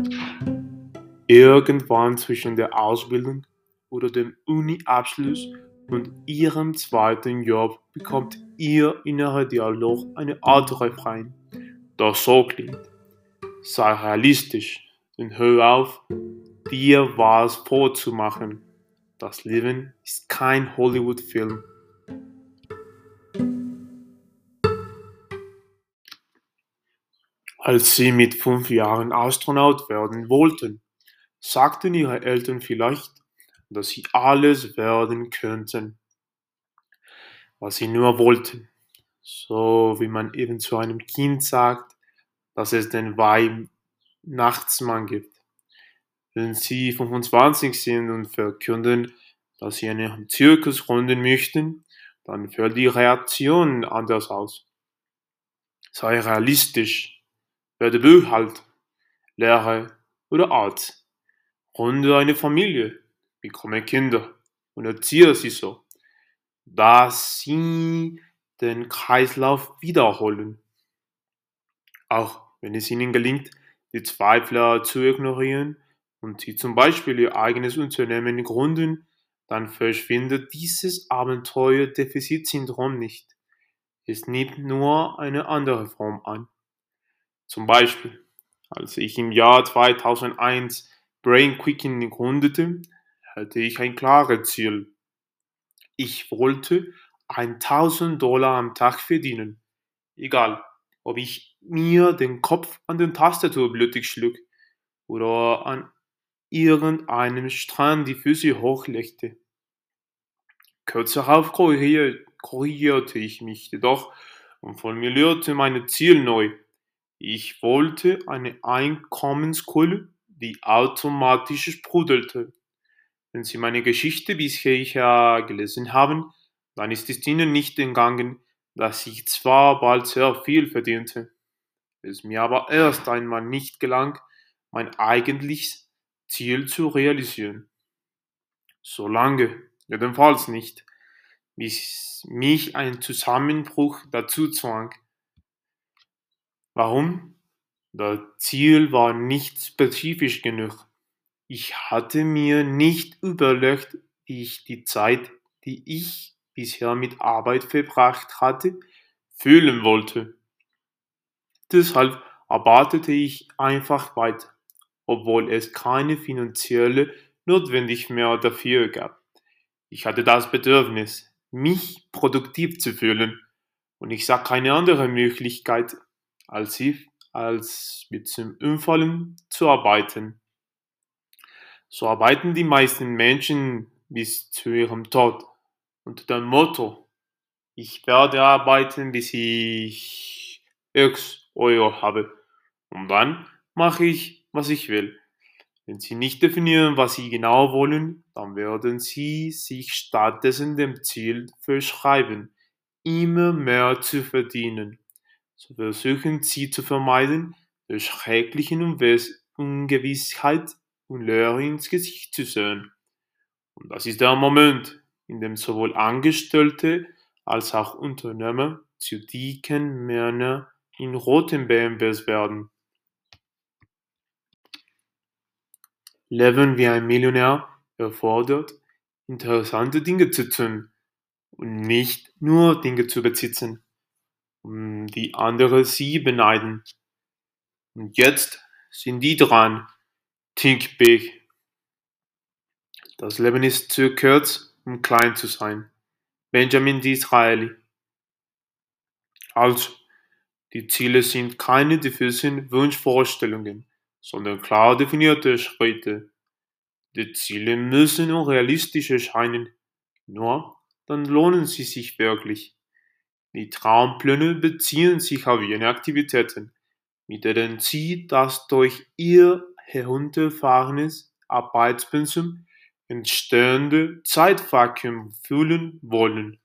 Irgendwann zwischen der Ausbildung oder dem Uni-Abschluss und ihrem zweiten Job bekommt ihr innerer Dialog eine Art Refrain, das so klingt: Sei realistisch und hör auf, dir was vorzumachen. Das Leben ist kein Hollywood-Film. Als sie mit 5 Jahren Astronaut werden wollten, sagten ihre Eltern vielleicht, dass sie alles werden könnten, was sie nur wollten. So wie man eben zu einem Kind sagt, dass es den Weihnachtsmann gibt. Wenn sie 25 sind und verkünden, dass sie einen Zirkus gründen möchten, dann fällt die Reaktion anders aus. Sei realistisch, werde Buchhalter, Lehrer oder Arzt. Gründe eine Familie, bekomme Kinder und erziehe sie so, dass sie den Kreislauf wiederholen. Auch wenn es ihnen gelingt, die Zweifler zu ignorieren und sie zum Beispiel ihr eigenes Unternehmen gründen, dann verschwindet dieses Abenteuer-Defizit-Syndrom nicht. Es nimmt nur eine andere Form an. Zum Beispiel, als ich im Jahr 2001 Brain Quicken gründete, hatte ich ein klares Ziel. Ich wollte 1000 $ am Tag verdienen. Egal, ob ich mir den Kopf an den Tastatur blutig schlug oder an irgendeinem Strand die Füße hochlegte. Kurz darauf korrigierte ich mich jedoch und formulierte mein Ziel neu. Ich wollte eine Einkommensquelle, die automatisch sprudelte. Wenn Sie meine Geschichte bisher gelesen haben, dann ist es Ihnen nicht entgangen, dass ich zwar bald sehr viel verdiente, es mir aber erst einmal nicht gelang, mein eigentliches Ziel zu realisieren. Solange, jedenfalls nicht, bis mich ein Zusammenbruch dazu zwang. Warum? Das Ziel war nicht spezifisch genug. Ich hatte mir nicht überlegt, wie ich die Zeit, die ich bisher mit Arbeit verbracht hatte, fühlen wollte. Deshalb arbeitete ich einfach weiter, obwohl es keine finanzielle Notwendigkeit mehr dafür gab. Ich hatte das Bedürfnis, mich produktiv zu fühlen, und ich sah keine andere Möglichkeit, als mit dem Umfallen zu arbeiten. So arbeiten die meisten Menschen bis zu ihrem Tod unter dem Motto: Ich werde arbeiten, bis ich X Euro habe. Und dann mache ich, was ich will. Wenn Sie nicht definieren, was Sie genau wollen, dann werden Sie sich stattdessen dem Ziel verschreiben, immer mehr zu verdienen. So versuchen Sie zu vermeiden, der schrecklichen Ungewissheit und Leere ins Gesicht zu sehen. Und das ist der Moment, in dem sowohl Angestellte als auch Unternehmer zu dicken Männer in roten BMWs werden. Leben wie ein Millionär erfordert, interessante Dinge zu tun und nicht nur Dinge zu besitzen, die andere sie beneiden. Und jetzt sind die dran. Think big. Das Leben ist zu kurz, um klein zu sein. Benjamin Disraeli. Also, die Ziele sind keine diffusen Wunschvorstellungen, sondern klar definierte Schritte. Die Ziele müssen unrealistisch erscheinen, nur dann lohnen sie sich wirklich. Die Traumpläne beziehen sich auf jene Aktivitäten, mit denen Sie das durch Ihr herunterfahrenes Arbeitspensum entstehende Zeitvakuum füllen wollen.